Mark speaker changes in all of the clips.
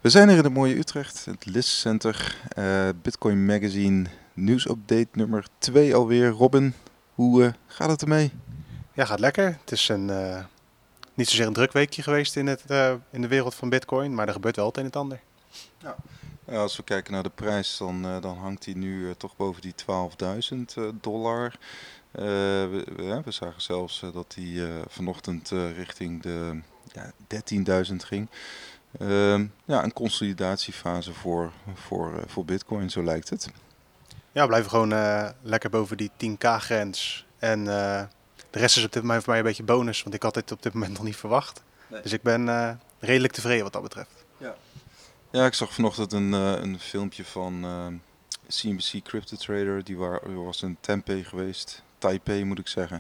Speaker 1: We zijn er in het mooie Utrecht, het LIS Center, Bitcoin Magazine nieuwsupdate nummer 2 alweer. Robin, hoe gaat het ermee?
Speaker 2: Ja, gaat lekker. Het is niet zozeer een druk weekje geweest in de wereld van Bitcoin, maar er gebeurt wel het een en het ander.
Speaker 1: Ja. Als we kijken naar de prijs, dan hangt die nu toch boven die $12.000. We zagen zelfs dat die vanochtend richting de 13.000 ging. Een consolidatiefase voor Bitcoin, zo lijkt het.
Speaker 2: Ja, we blijven gewoon lekker boven die 10k-grens. En de rest is op dit moment voor mij een beetje bonus, want ik had dit op dit moment nog niet verwacht.
Speaker 1: Nee.
Speaker 2: Dus ik ben redelijk tevreden wat dat betreft.
Speaker 1: Ja, ik zag vanochtend een filmpje van CNBC Crypto Trader. Die was in Taipei geweest. Taipei moet ik zeggen.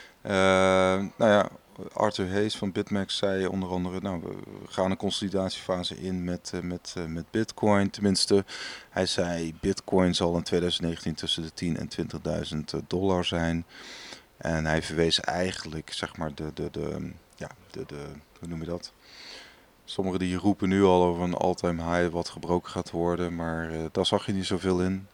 Speaker 1: Arthur Hayes van BitMEX zei onder andere, we gaan een consolidatiefase in met Bitcoin. Tenminste, hij zei Bitcoin zal in 2019 tussen de $10.000 en $20.000 zijn. En hij verwees eigenlijk, zeg maar, hoe noem je dat? Sommigen die roepen nu al over een all-time high wat gebroken gaat worden, maar daar zag je niet zoveel in.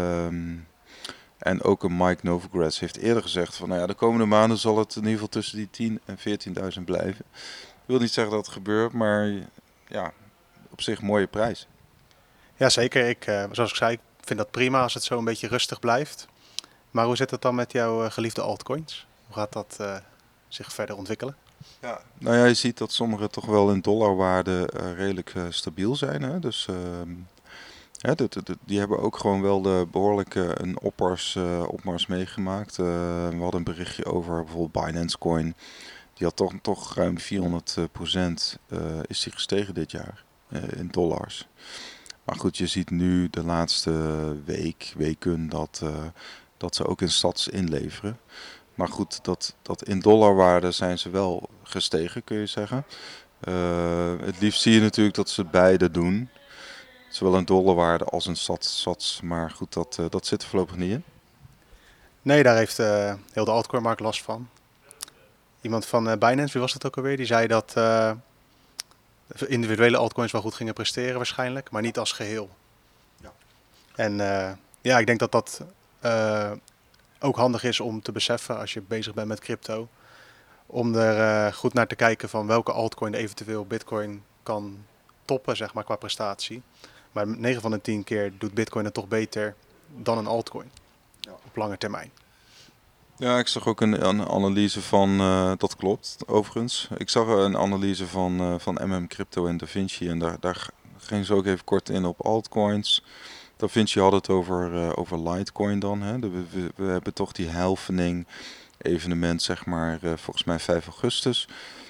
Speaker 1: En ook een Mike Novogratz heeft eerder gezegd van, de komende maanden zal het in ieder geval tussen die 10.000 en 14.000 blijven. Ik wil niet zeggen dat het gebeurt, maar ja, op zich mooie prijs.
Speaker 2: Ja, zeker. Zoals ik zei, ik vind dat prima als het zo een beetje rustig blijft. Maar hoe zit het dan met jouw geliefde altcoins? Hoe gaat dat zich verder ontwikkelen?
Speaker 1: Ja, je ziet dat sommige toch wel in dollarwaarde redelijk stabiel zijn. Hè? Dus die hebben ook gewoon wel een opmars meegemaakt. We hadden een berichtje over bijvoorbeeld Binance Coin. Die had toch ruim 400% is die gestegen dit jaar in dollars. Maar goed, je ziet nu de laatste weken dat ze ook in sats inleveren. Maar goed, dat in dollarwaarde zijn ze wel gestegen, kun je zeggen. Het liefst zie je natuurlijk dat ze beide doen. Zowel in dollarwaarde als in sats. Maar goed, dat zit er voorlopig niet in.
Speaker 2: Nee, daar heeft heel de altcoin-markt last van. Iemand van Binance, wie was dat ook alweer? Die zei dat individuele altcoins wel goed gingen presteren waarschijnlijk, maar niet als geheel.
Speaker 1: Ja.
Speaker 2: En ik denk dat dat ook handig is om te beseffen als je bezig bent met crypto. Om er goed naar te kijken van welke altcoin eventueel Bitcoin kan toppen, zeg maar, qua prestatie. Maar 9 van de 10 keer doet Bitcoin het toch beter dan een altcoin. Ja. Op lange termijn.
Speaker 1: Ja, ik zag ook een analyse van, dat klopt overigens. Ik zag een analyse van MM Crypto en DaVinci en daar ging ze ook even kort in op altcoins. DaVinci had het over Litecoin dan. Hè. We hebben toch die halvening evenement, zeg maar, volgens mij 5 augustus.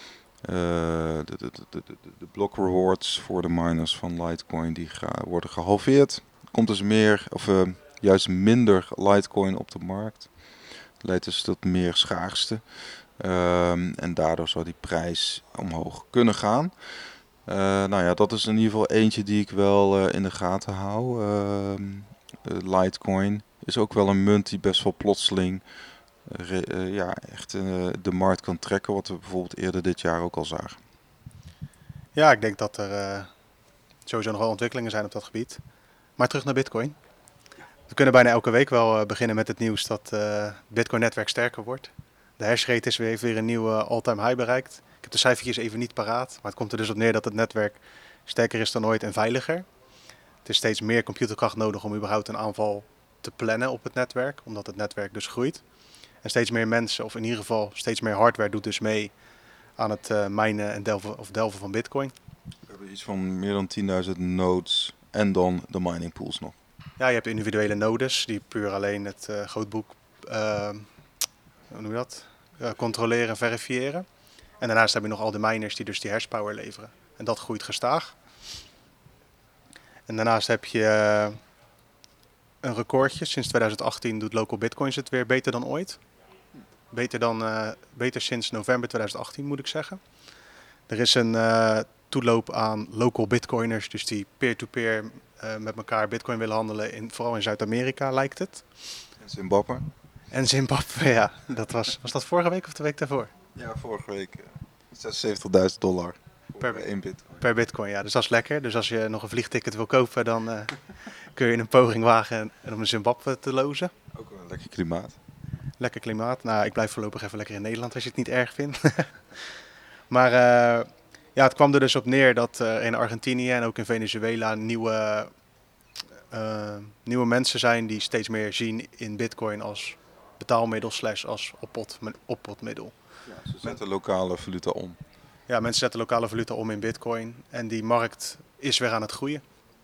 Speaker 1: De block rewards voor de miners van Litecoin die worden gehalveerd. Komt dus juist minder Litecoin op de markt. Leidt dus tot meer schaarste. En daardoor zou die prijs omhoog kunnen gaan. Dat is in ieder geval eentje die ik wel in de gaten hou. Litecoin is ook wel een munt die best wel plotseling echt de markt kan trekken. Wat we bijvoorbeeld eerder dit jaar ook al zagen.
Speaker 2: Ja, ik denk dat er sowieso nog wel ontwikkelingen zijn op dat gebied. Maar terug naar Bitcoin. We kunnen bijna elke week wel beginnen met het nieuws dat het Bitcoin-netwerk sterker wordt. De hashrate heeft weer een nieuwe all-time high bereikt. Ik heb de cijfertjes even niet paraat, maar het komt er dus op neer dat het netwerk sterker is dan ooit en veiliger. Het is steeds meer computerkracht nodig om überhaupt een aanval te plannen op het netwerk, omdat het netwerk dus groeit. En steeds meer mensen, of in ieder geval steeds meer hardware, doet dus mee aan het minen en delven van Bitcoin.
Speaker 1: We hebben iets van meer dan 10.000 nodes en dan de mining pools nog.
Speaker 2: Ja, je hebt individuele nodes die puur alleen het grootboek hoe noem je dat? Controleren en verifiëren. En daarnaast heb je nog al de miners die dus die hashpower leveren. En dat groeit gestaag. En daarnaast heb je een recordje. Sinds 2018 doet Local Bitcoins het weer beter dan ooit. Beter sinds november 2018 moet ik zeggen. Er is een toeloop aan local bitcoiners, dus die peer-to-peer met elkaar bitcoin willen handelen, vooral in Zuid-Amerika lijkt het.
Speaker 1: En Zimbabwe?
Speaker 2: En Zimbabwe, ja. Was dat vorige week of de week daarvoor?
Speaker 1: Ja, vorige week $76.000. 1 bitcoin.
Speaker 2: Per bitcoin, ja. Dus dat is lekker. Dus als je nog een vliegticket wil kopen, dan kun je een poging wagen om een Zimbabwe te lozen.
Speaker 1: Ook wel een lekker klimaat.
Speaker 2: Lekker klimaat. Nou, ik blijf voorlopig even lekker in Nederland als je het niet erg vindt. Maar ja, het kwam er dus op neer dat in Argentinië en ook in Venezuela nieuwe mensen zijn die steeds meer zien in bitcoin als betaalmiddel / als oppotmiddel.
Speaker 1: Ja, ze zetten lokale valuta om.
Speaker 2: Ja, mensen zetten lokale valuta om in bitcoin en die markt is weer aan het groeien.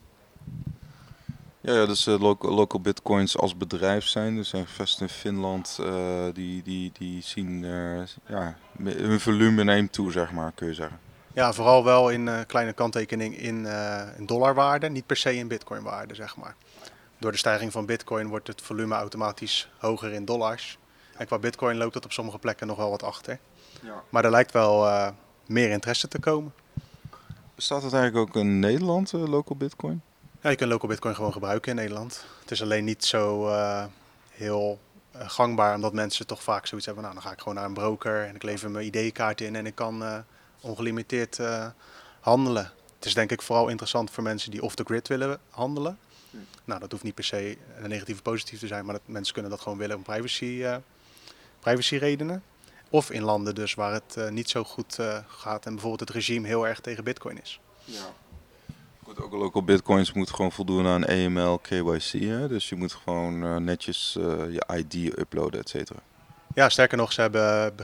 Speaker 1: Ja, dus local bitcoins als bedrijf zijn, dus zijn gevestigd in Finland, die zien, hun volume neemt toe, zeg maar, kun je zeggen.
Speaker 2: Ja, vooral wel in kleine kanttekening in dollarwaarde, niet per se in bitcoinwaarde, zeg maar. Door de stijging van bitcoin wordt het volume automatisch hoger in dollars. En qua bitcoin loopt het op sommige plekken nog wel wat achter. Ja. Maar er lijkt wel meer interesse te komen.
Speaker 1: Bestaat het eigenlijk ook in Nederland, local bitcoin?
Speaker 2: Ja, je kunt local bitcoin gewoon gebruiken in Nederland. Het is alleen niet zo heel gangbaar, omdat mensen toch vaak zoiets hebben. Nou, dan ga ik gewoon naar een broker en ik lever mijn ID-kaart in en ik kan ongelimiteerd handelen. Het is denk ik vooral interessant voor mensen die off the grid willen handelen. Nou, dat hoeft niet per se negatief of positief te zijn, maar mensen kunnen dat gewoon willen om privacy redenen. Of in landen dus waar het niet zo goed gaat en bijvoorbeeld het regime heel erg tegen bitcoin is.
Speaker 1: Ja. Goed, ook local bitcoins moeten gewoon voldoen aan AML, KYC. Hè? Dus je moet gewoon netjes je ID uploaden, et cetera.
Speaker 2: Ja, sterker nog, ze hebben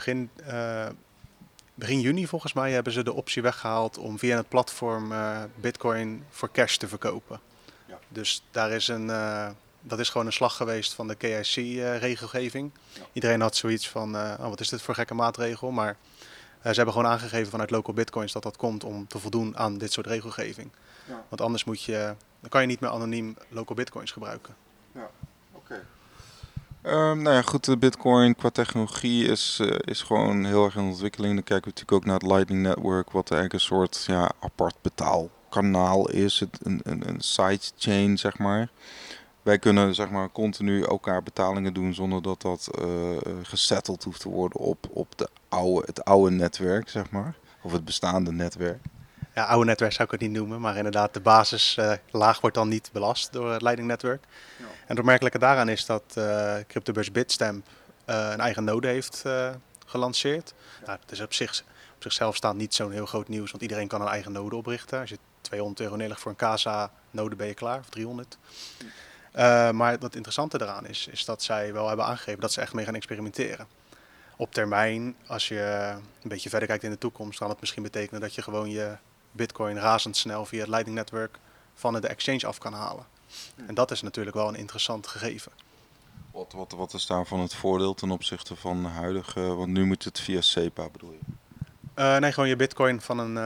Speaker 2: begin juni volgens mij hebben ze de optie weggehaald om via het platform bitcoin voor cash te verkopen. Ja. Dus daar is dat is gewoon een slag geweest van de KYC-regelgeving. Ja. Iedereen had zoiets van, wat is dit voor gekke maatregel? Maar ze hebben gewoon aangegeven vanuit local bitcoins dat komt om te voldoen aan dit soort regelgeving. Ja. Want anders dan kan je niet meer anoniem local bitcoins gebruiken.
Speaker 1: Ja, oké. Nou ja, goed, de bitcoin qua technologie is gewoon heel erg in ontwikkeling. Dan kijken we natuurlijk ook naar het Lightning Network, wat eigenlijk een soort apart betaalkanaal is. Een sidechain, zeg maar. Wij kunnen zeg maar continu elkaar betalingen doen zonder dat gesetteld hoeft te worden op het oude netwerk, zeg maar. Of het bestaande netwerk.
Speaker 2: Ja, oude netwerk zou ik het niet noemen, maar inderdaad de basislaag wordt dan niet belast door het Lightning-netwerk. Ja. En het opmerkelijke daaraan is dat cryptobeurs Bitstamp een eigen node heeft gelanceerd. Ja. Nou, het is op zichzelf staat niet zo'n heel groot nieuws, want iedereen kan een eigen node oprichten. Als je €200 neerlegt voor een Casa-node ben je klaar, of 300. Maar het interessante eraan is dat zij wel hebben aangegeven dat ze echt mee gaan experimenteren. Op termijn, als je een beetje verder kijkt in de toekomst, kan het misschien betekenen dat je gewoon je bitcoin razendsnel via het Lightning-netwerk van de exchange af kan halen. En dat is natuurlijk wel een interessant gegeven.
Speaker 1: Wat is daarvan het voordeel ten opzichte van de huidige, want nu moet het via SEPA, bedoel je?
Speaker 2: Nee, gewoon je bitcoin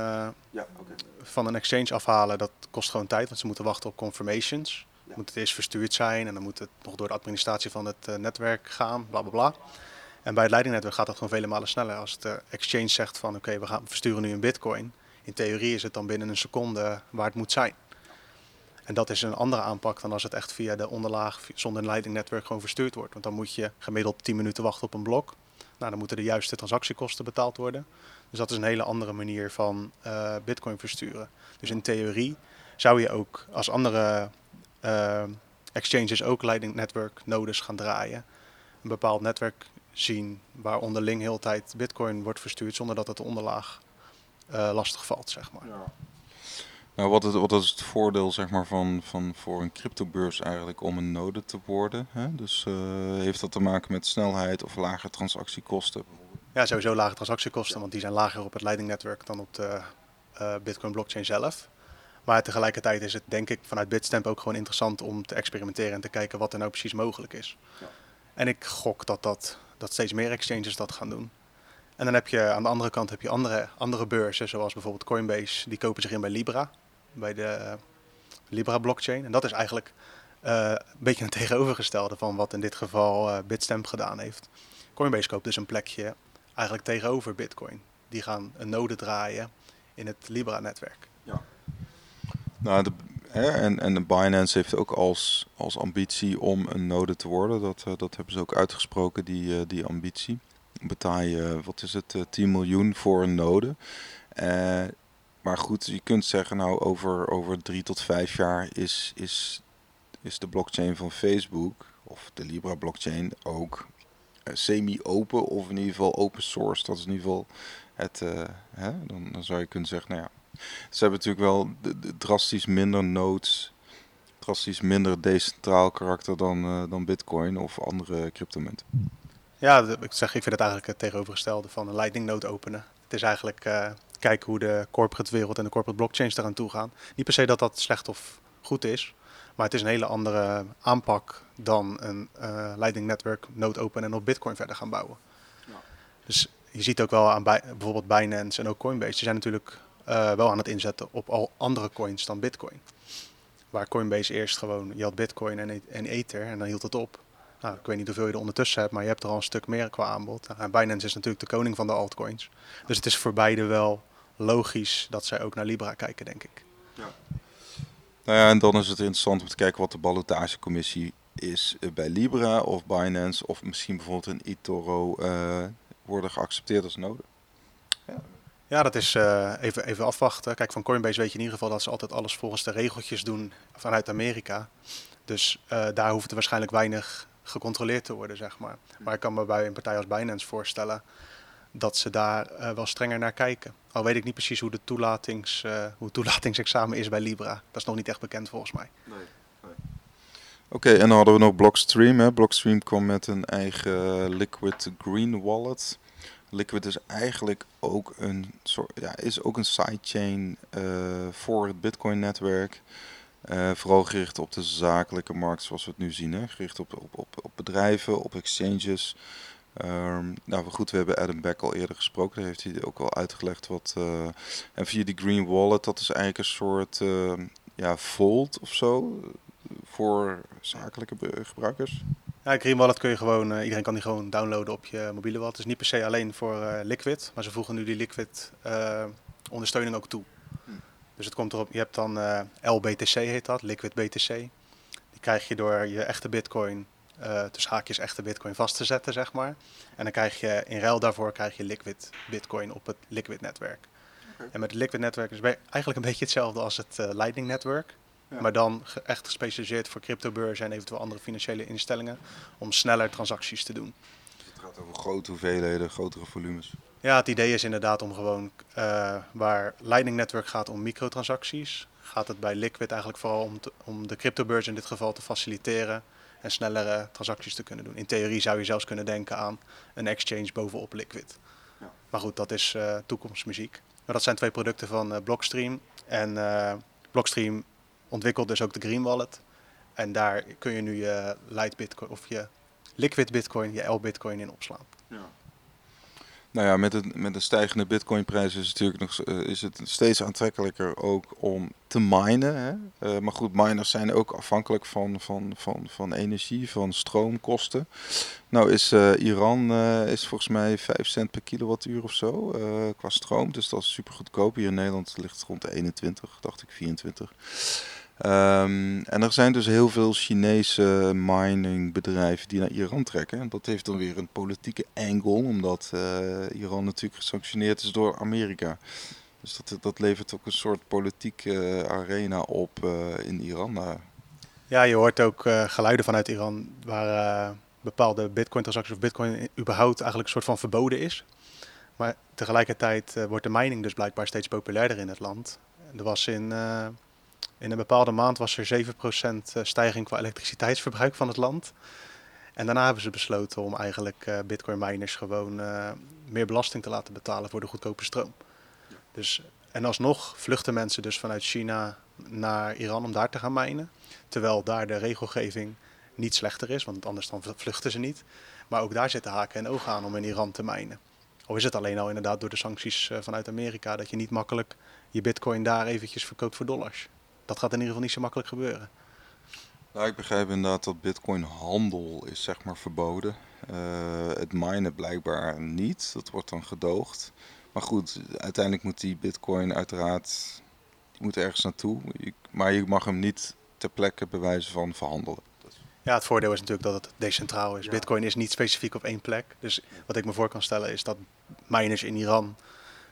Speaker 2: van een exchange afhalen, dat kost gewoon tijd, want ze moeten wachten op confirmations. Ja. Moet het eerst verstuurd zijn en dan moet het nog door de administratie van het netwerk gaan, bla bla bla. En bij het Lightning-netwerk gaat dat gewoon vele malen sneller. Als de exchange zegt van oké, we versturen nu een bitcoin. In theorie is het dan binnen een seconde waar het moet zijn. En dat is een andere aanpak dan als het echt via de onderlaag zonder een Lightning-netwerk gewoon verstuurd wordt. Want dan moet je gemiddeld 10 minuten wachten op een blok. Nou, dan moeten de juiste transactiekosten betaald worden. Dus dat is een hele andere manier van bitcoin versturen. Dus in theorie zou je ook als andere exchanges ook Lightning-netwerk nodes gaan draaien. Een bepaald netwerk zien waar onderling heel de tijd bitcoin wordt verstuurd zonder dat het de onderlaag lastig valt, zeg maar. Ja.
Speaker 1: Nou, wat is het voordeel zeg maar, van voor een cryptobeurs eigenlijk om een node te worden? Hè? Dus heeft dat te maken met snelheid of lage transactiekosten?
Speaker 2: Ja, sowieso lage transactiekosten, want die zijn lager op het Lightning-netwerk dan op de Bitcoin-blockchain zelf. Maar tegelijkertijd is het denk ik vanuit Bitstamp ook gewoon interessant om te experimenteren en te kijken wat er nou precies mogelijk is. Ja. En ik gok dat steeds meer exchanges dat gaan doen. En dan heb je aan de andere kant andere beurzen, zoals bijvoorbeeld Coinbase, die kopen zich in bij Libra, bij de Libra blockchain. En dat is eigenlijk een beetje een tegenovergestelde van wat in dit geval Bitstamp gedaan heeft. Coinbase koopt dus een plekje eigenlijk tegenover Bitcoin. Die gaan een node draaien in het Libra-netwerk. Ja.
Speaker 1: Nou, de Binance heeft ook als ambitie om een node te worden. Dat hebben ze ook uitgesproken, die ambitie. Betaal je, 10 miljoen voor een node. Maar goed, je kunt zeggen nou over 3 tot 5 jaar is de blockchain van Facebook of de Libra blockchain ook semi-open of in ieder geval open source. Dat is in ieder geval dan zou je kunnen zeggen, nou ja, ze hebben natuurlijk wel drastisch minder nodes, drastisch minder decentraal karakter dan Bitcoin of andere cryptomunten.
Speaker 2: Ja, ik vind het eigenlijk het tegenovergestelde van een Lightning node openen. Het is eigenlijk kijken hoe de corporate wereld en de corporate blockchains eraan toe gaan. Niet per se dat dat slecht of goed is, maar het is een hele andere aanpak dan een Lightning Network node openen en op Bitcoin verder gaan bouwen. Ja. Dus je ziet ook wel aan bijvoorbeeld Binance en ook Coinbase. Die zijn natuurlijk wel aan het inzetten op al andere coins dan Bitcoin. Waar Coinbase eerst gewoon, je had Bitcoin en Ether en dan hield het op. Nou, ik weet niet hoeveel je er ondertussen hebt, maar je hebt er al een stuk meer qua aanbod. En Binance is natuurlijk de koning van de altcoins. Dus het is voor beide wel logisch dat zij ook naar Libra kijken, denk ik.
Speaker 1: Ja. Nou ja, en dan is het interessant om te kijken wat de ballotagecommissie is bij Libra of Binance of misschien bijvoorbeeld een eToro worden geaccepteerd als node.
Speaker 2: Ja, dat is even afwachten. Kijk, van Coinbase weet je in ieder geval dat ze altijd alles volgens de regeltjes doen vanuit Amerika. Dus daar hoeft er waarschijnlijk weinig gecontroleerd te worden, zeg maar. Maar ik kan me bij een partij als Binance voorstellen dat ze daar wel strenger naar kijken. Al weet ik niet precies hoe het toelatingsexamen is bij Libra. Dat is nog niet echt bekend volgens mij.
Speaker 1: Nee. Oké, en dan hadden we nog Blockstream. Hè. Blockstream kwam met een eigen Liquid Green wallet. Liquid is eigenlijk ook een sidechain voor het Bitcoin-netwerk. Vooral gericht op de zakelijke markt zoals we het nu zien. Hè. Gericht op bedrijven, op exchanges. Nou goed, we hebben Adam Back al eerder gesproken. Daar heeft hij ook al uitgelegd wat. En via die Green Wallet, dat is eigenlijk een soort vault of zo. Voor zakelijke gebruikers.
Speaker 2: Ja, Green Wallet kun je gewoon, iedereen kan die gewoon downloaden op je mobiele wallet. Dus niet per se alleen voor Liquid, maar ze voegen nu die Liquid ondersteuning ook toe. Dus het komt erop, je hebt dan LBTC heet dat, Liquid BTC. Die krijg je door je echte Bitcoin, tussen haakjes echte Bitcoin vast te zetten, zeg maar. En dan krijg je in ruil daarvoor Liquid Bitcoin op het Liquid netwerk. Okay. En met het Liquid netwerk is eigenlijk een beetje hetzelfde als het Lightning netwerk. Ja. Maar dan echt gespecialiseerd voor cryptobeurzen en eventueel andere financiële instellingen om sneller transacties te doen.
Speaker 1: Dus het gaat over grote hoeveelheden, grotere volumes.
Speaker 2: Ja, het idee is inderdaad om gewoon waar Lightning Network gaat om microtransacties, gaat het bij Liquid eigenlijk vooral om de cryptobeurs in dit geval te faciliteren en snellere transacties te kunnen doen. In theorie zou je zelfs kunnen denken aan een exchange bovenop Liquid. Ja. Maar goed, dat is toekomstmuziek. Maar dat zijn twee producten van Blockstream. En Blockstream ontwikkelt dus ook de Green Wallet. En daar kun je nu je Light Bitcoin of je Liquid Bitcoin, je L-Bitcoin in opslaan. Ja.
Speaker 1: Nou ja, met de stijgende bitcoinprijs is het steeds aantrekkelijker ook om te minen. Hè? Maar goed, miners zijn ook afhankelijk van energie, van stroomkosten. Nou is Iran is volgens mij 5 cent per kilowattuur of zo qua stroom. Dus dat is super goedkoop. Hier in Nederland ligt het rond de 21, dacht ik 24. En er zijn dus heel veel Chinese miningbedrijven die naar Iran trekken. En dat heeft dan weer een politieke angle, omdat Iran natuurlijk gesanctioneerd is door Amerika. Dus dat levert ook een soort politieke arena op in Iran.
Speaker 2: Ja, je hoort ook geluiden vanuit Iran waar bepaalde bitcoin-transacties of bitcoin überhaupt eigenlijk een soort van verboden is. Maar tegelijkertijd wordt de mining dus blijkbaar steeds populairder in het land. Er was in een bepaalde maand was er 7% stijging qua elektriciteitsverbruik van het land. En daarna hebben ze besloten om eigenlijk bitcoin miners gewoon meer belasting te laten betalen voor de goedkope stroom. Ja. Dus, en alsnog vluchten mensen dus vanuit China naar Iran om daar te gaan minen. Terwijl daar de regelgeving niet slechter is, want anders dan vluchten ze niet. Maar ook daar zitten haken en ogen aan om in Iran te minen. Of is het alleen al inderdaad door de sancties vanuit Amerika dat je niet makkelijk je bitcoin daar eventjes verkoopt voor dollars. Dat gaat in ieder geval niet zo makkelijk gebeuren.
Speaker 1: Nou, ik begrijp inderdaad dat bitcoinhandel is zeg maar verboden. Het minen blijkbaar niet. Dat wordt dan gedoogd. Maar goed, uiteindelijk moet die bitcoin uiteraard moet ergens naartoe. Maar je mag hem niet ter plekke bij wijze van verhandelen.
Speaker 2: Ja, het voordeel is natuurlijk dat het decentraal is. Ja. Bitcoin is niet specifiek op één plek. Dus wat ik me voor kan stellen is dat miners in Iran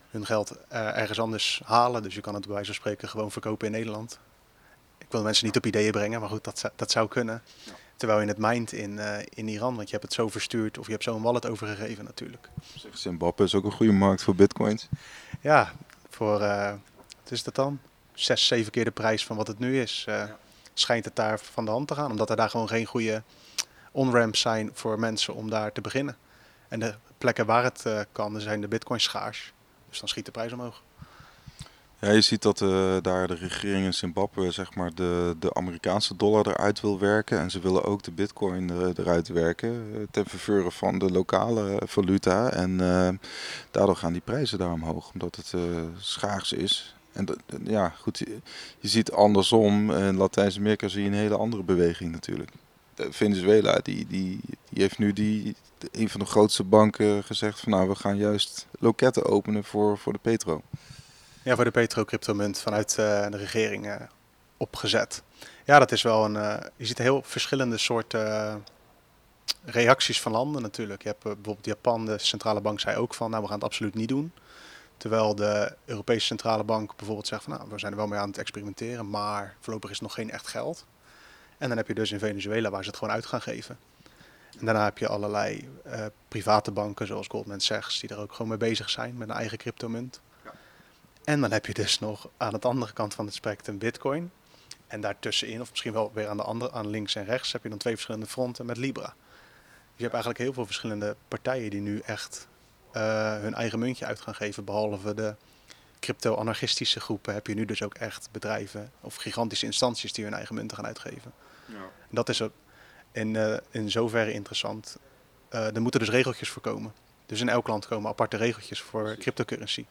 Speaker 2: hun geld ergens anders halen. Dus je kan het bij wijze van spreken gewoon verkopen in Nederland. Ik wil mensen niet op ideeën brengen, maar goed, dat zou kunnen. Ja. Terwijl je het mijnt in Iran, want je hebt het zo verstuurd of je hebt zo een wallet overgegeven natuurlijk.
Speaker 1: Zimbabwe is ook een goede markt voor bitcoins.
Speaker 2: Ja, voor, wat is dat dan? 6, 7 keer de prijs van wat het nu is. Schijnt het daar van de hand te gaan, omdat er daar gewoon geen goede on-ramps zijn voor mensen om daar te beginnen. En de plekken waar het kan, zijn de bitcoins schaars. Dus dan schiet de prijs omhoog.
Speaker 1: Ja, je ziet dat daar de regering in Zimbabwe zeg maar de Amerikaanse dollar eruit wil werken. En ze willen ook de bitcoin eruit werken ten verveuren van de lokale valuta. En daardoor gaan die prijzen daar omhoog, omdat het schaars is. En ja, goed, je ziet andersom. In Latijns-Amerika zie je een hele andere beweging natuurlijk. Venezuela, die heeft nu een van de grootste banken gezegd van nou, we gaan juist loketten openen voor de petro.
Speaker 2: Ja, voor de petro-cryptomunt vanuit de regering opgezet. Ja, dat is wel je ziet heel verschillende soorten reacties van landen natuurlijk. Je hebt bijvoorbeeld Japan, de centrale bank zei ook van nou, we gaan het absoluut niet doen. Terwijl de Europese centrale bank bijvoorbeeld zegt van nou, we zijn er wel mee aan het experimenteren, maar voorlopig is nog geen echt geld. En dan heb je dus in Venezuela waar ze het gewoon uit gaan geven. En daarna heb je allerlei private banken zoals Goldman Sachs die er ook gewoon mee bezig zijn met een eigen cryptomunt. Ja. En dan heb je dus nog aan de andere kant van het spectrum Bitcoin. En daartussenin, of misschien wel weer aan links en rechts, heb je dan 2 verschillende fronten met Libra. Dus je hebt eigenlijk heel veel verschillende partijen die nu echt hun eigen muntje uit gaan geven. Behalve de crypto-anarchistische groepen heb je nu dus ook echt bedrijven of gigantische instanties die hun eigen munten gaan uitgeven. Ja. En dat is in zoverre interessant. Er moeten dus regeltjes voor komen. Dus in elk land komen aparte regeltjes voor cryptocurrency.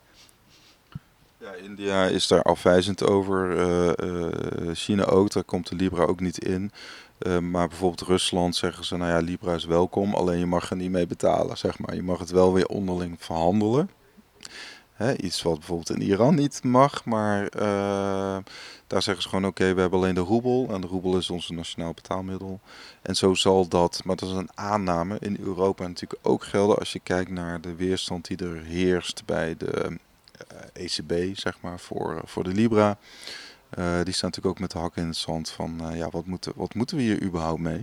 Speaker 1: Ja, India is daar afwijzend over. China ook, daar komt de Libra ook niet in. Maar bijvoorbeeld Rusland zeggen ze, nou ja, Libra is welkom, alleen je mag er niet mee betalen, zeg maar. Je mag het wel weer onderling verhandelen. Iets wat bijvoorbeeld in Iran niet mag, maar daar zeggen ze gewoon oké, we hebben alleen de roebel en de roebel is onze nationaal betaalmiddel. En zo zal dat, maar dat is een aanname, in Europa natuurlijk ook gelden als je kijkt naar de weerstand die er heerst bij de ECB, zeg maar, voor de Libra. Die staan natuurlijk ook met de hakken in het zand van ja, wat moeten we hier überhaupt mee?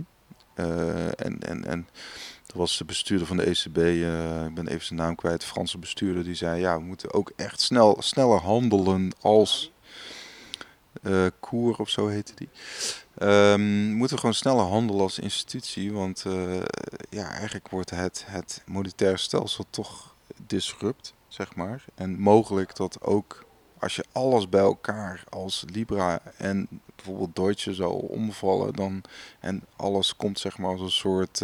Speaker 1: En dat was de bestuurder van de ECB, ik ben even zijn naam kwijt, de Franse bestuurder, die zei ja, we moeten ook echt sneller handelen als Koer of zo heette die. We moeten gewoon sneller handelen als institutie, want ja, eigenlijk wordt het monetaire stelsel toch disrupt, zeg maar. En mogelijk dat ook als je alles bij elkaar als Libra en bijvoorbeeld Deutsche zou omvallen, dan en alles komt zeg maar als een soort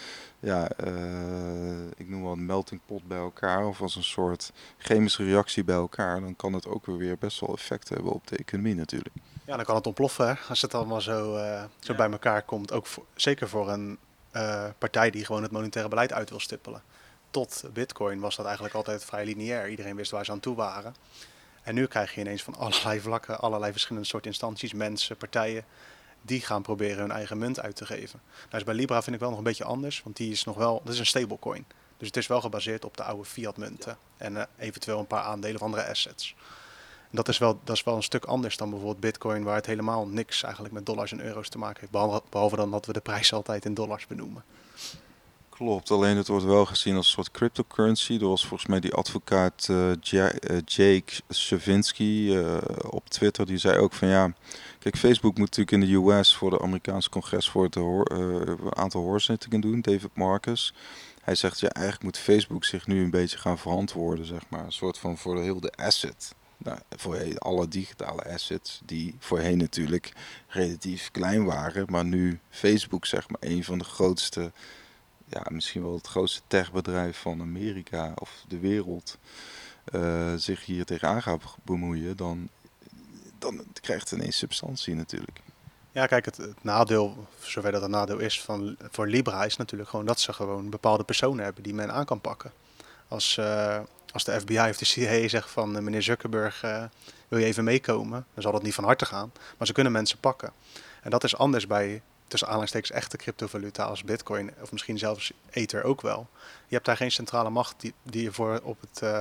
Speaker 1: ik noem wel een melting pot bij elkaar of als een soort chemische reactie bij elkaar, dan kan het ook weer best wel effect hebben op de economie natuurlijk.
Speaker 2: Ja, dan kan het ontploffen hè? Als het allemaal zo bij elkaar komt. Ook zeker voor een partij die gewoon het monetaire beleid uit wil stippelen. Tot Bitcoin was dat eigenlijk altijd vrij lineair. Iedereen wist waar ze aan toe waren. En nu krijg je ineens van allerlei vlakken, allerlei verschillende soorten instanties, mensen, partijen, die gaan proberen hun eigen munt uit te geven. Nou, dus bij Libra vind ik wel nog een beetje anders, want die is nog wel, dat is een stablecoin. Dus het is wel gebaseerd op de oude fiat munten en eventueel een paar aandelen of andere assets. En dat is wel een stuk anders dan bijvoorbeeld Bitcoin, waar het helemaal niks eigenlijk met dollars en euro's te maken heeft, behalve dan dat we de prijs altijd in dollars benoemen.
Speaker 1: Klopt, alleen het wordt wel gezien als een soort cryptocurrency. Er was volgens mij die advocaat Jake Shavinsky op Twitter. Die zei ook van ja, kijk, Facebook moet natuurlijk in de US voor de Amerikaanse congres voor het aantal hoorzittingen doen. David Marcus. Hij zegt ja, eigenlijk moet Facebook zich nu een beetje gaan verantwoorden, zeg maar. Een soort van voor de hele asset. Nou, voor alle digitale assets die voorheen natuurlijk relatief klein waren. Maar nu Facebook zeg maar een van de grootste, ja, misschien wel het grootste techbedrijf van Amerika of de wereld zich hier tegenaan gaat bemoeien, dan krijgt het ineens substantie natuurlijk.
Speaker 2: Ja, kijk, het nadeel, zover dat een nadeel is voor Libra, is natuurlijk gewoon dat ze gewoon bepaalde personen hebben die men aan kan pakken. Als de FBI of de CIA zegt van meneer Zuckerberg, wil je even meekomen? Dan zal dat niet van harte gaan, maar ze kunnen mensen pakken. En dat is anders bij, tussen aanhalingstekens, echte cryptovaluta als Bitcoin of misschien zelfs Ether ook wel. Je hebt daar geen centrale macht die je voor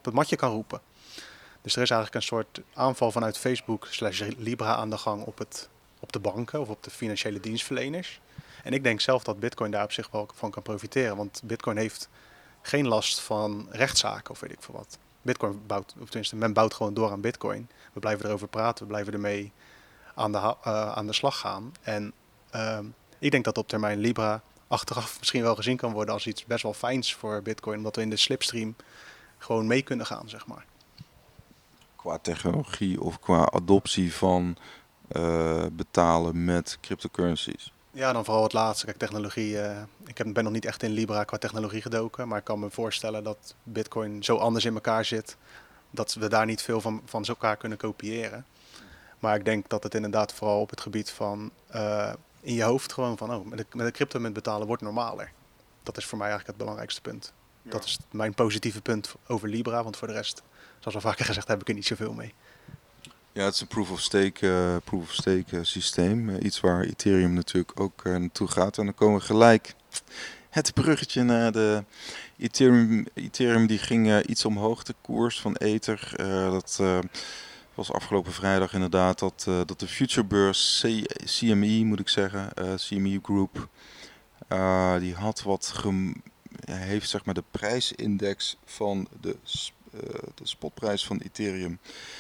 Speaker 2: op het matje kan roepen. Dus er is eigenlijk een soort aanval vanuit Facebook / Libra aan de gang op de banken of op de financiële dienstverleners. En ik denk zelf dat Bitcoin daar op zich wel van kan profiteren. Want Bitcoin heeft geen last van rechtszaken of weet ik veel wat. Bitcoin bouwt, of tenminste, men bouwt gewoon door aan Bitcoin. We blijven erover praten, we blijven ermee aan de slag gaan. En ik denk dat op termijn Libra achteraf misschien wel gezien kan worden als iets best wel fijns voor Bitcoin. Omdat we in de slipstream gewoon mee kunnen gaan, zeg maar.
Speaker 1: Qua technologie of qua adoptie van betalen met cryptocurrencies?
Speaker 2: Ja, dan vooral het laatste. Kijk, technologie. Ik ben nog niet echt in Libra qua technologie gedoken. Maar ik kan me voorstellen dat Bitcoin zo anders in elkaar zit. Dat we daar niet veel van elkaar kunnen kopiëren. Maar ik denk dat het inderdaad vooral op het gebied van in je hoofd gewoon van met een cryptomunt betalen wordt normaler. Dat is voor mij eigenlijk het belangrijkste punt. Ja. Dat is mijn positieve punt over Libra. Want voor de rest, zoals we vaker gezegd, heb ik er niet zoveel mee.
Speaker 1: Ja, het is een proof-of-stake systeem. Iets waar Ethereum natuurlijk ook naartoe gaat. En dan komen we gelijk het bruggetje naar de Ethereum. Ethereum die ging iets omhoog, de koers van Ether. Dat was afgelopen vrijdag inderdaad dat de futurebeurs CME, moet ik zeggen, CME Group, die had heeft zeg maar de prijsindex van de spotprijs van Ethereum.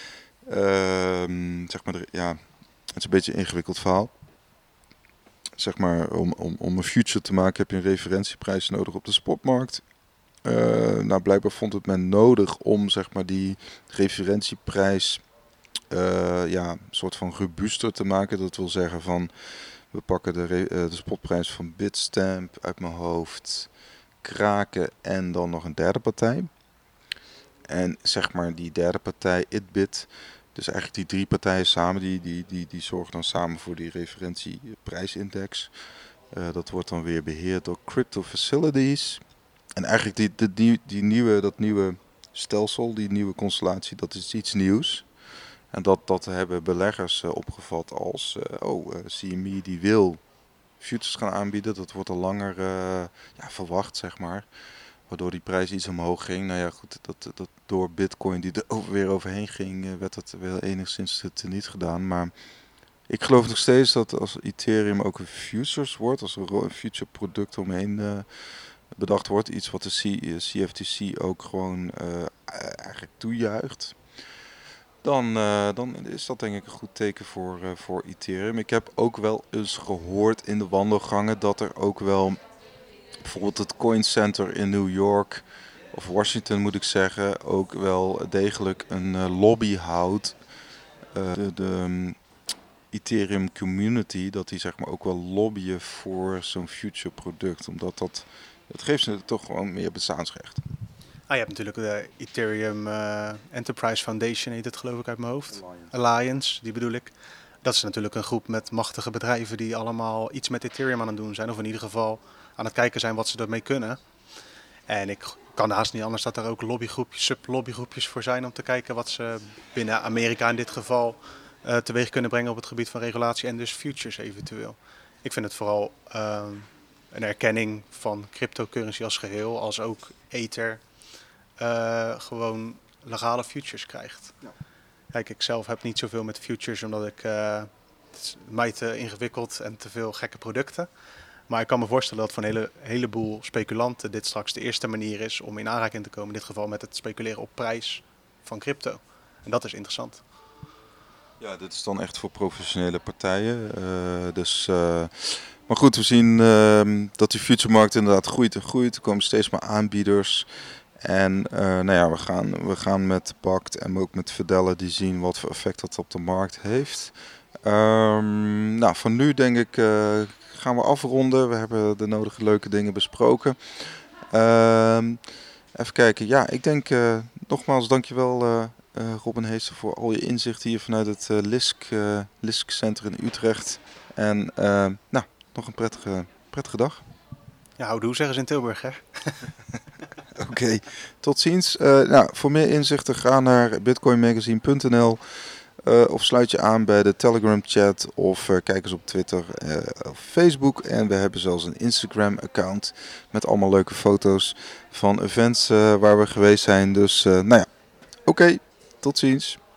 Speaker 1: Zeg maar het is een beetje een ingewikkeld verhaal. Zeg maar, om een future te maken heb je een referentieprijs nodig op de spotmarkt. Nou, blijkbaar vond het men nodig om zeg maar die referentieprijs een soort van robuuster te maken. Dat wil zeggen van, we pakken de spotprijs van Bitstamp uit mijn hoofd, Kraken en dan nog een derde partij. En zeg maar die derde partij, Itbit, dus eigenlijk die drie partijen samen, die zorgen dan samen voor die referentieprijsindex. Dat wordt dan weer beheerd door Crypto Facilities. En eigenlijk dat nieuwe stelsel, die nieuwe constellatie, dat is iets nieuws. En dat hebben beleggers opgevat als, CME die wil futures gaan aanbieden. Dat wordt al langer verwacht, zeg maar. Waardoor die prijs iets omhoog ging. Nou ja, goed, dat door Bitcoin die er weer overheen ging, werd dat wel enigszins teniet gedaan. Maar ik geloof nog steeds dat als Ethereum ook een futures wordt, als er een future product omheen bedacht wordt, iets wat de CFTC ook gewoon eigenlijk toejuicht, dan is dat denk ik een goed teken voor Ethereum. Ik heb ook wel eens gehoord in de wandelgangen dat er ook wel bijvoorbeeld het Coin Center in New York of Washington moet ik zeggen, ook wel degelijk een lobby houdt. De Ethereum community, dat die zeg maar ook wel lobbyen voor zo'n future product. Omdat het geeft ze toch gewoon meer bestaansrecht.
Speaker 2: Je hebt natuurlijk de Ethereum Enterprise Foundation, heet het geloof ik uit mijn hoofd. Alliance, die bedoel ik. Dat is natuurlijk een groep met machtige bedrijven die allemaal iets met Ethereum aan het doen zijn. Of in ieder geval aan het kijken zijn wat ze ermee kunnen. En ik kan haast niet anders dat er ook sublobbygroepjes voor zijn om te kijken wat ze binnen Amerika in dit geval teweeg kunnen brengen op het gebied van regulatie en dus futures eventueel. Ik vind het vooral een erkenning van cryptocurrency als geheel, als ook Ether gewoon legale futures krijgt. Ja. Kijk, ik zelf heb niet zoveel met futures omdat het is mij te ingewikkeld en te veel gekke producten. Maar ik kan me voorstellen dat voor een heleboel speculanten dit straks de eerste manier is om in aanraking te komen. In dit geval met het speculeren op prijs van crypto. En dat is interessant.
Speaker 1: Ja, dit is dan echt voor professionele partijen. Maar goed, we zien dat die futuremarkt inderdaad groeit en groeit. Er komen steeds meer aanbieders. En we gaan met Pact en ook met Fidelity zien wat voor effect dat op de markt heeft. Voor nu denk ik gaan we afronden. We hebben de nodige leuke dingen besproken. Even kijken. Ja, ik denk nogmaals dankjewel Robin Heester voor al je inzicht hier vanuit het LISC Center in Utrecht. En nog een prettige dag.
Speaker 2: Ja, houdoe zeggen ze in Tilburg, hè?
Speaker 1: Oké, tot ziens. Voor meer inzichten ga naar bitcoinmagazine.nl. Of sluit je aan bij de Telegram chat of kijk eens op Twitter of Facebook. En we hebben zelfs een Instagram account met allemaal leuke foto's van events waar we geweest zijn. Dus nou ja, oké, tot ziens.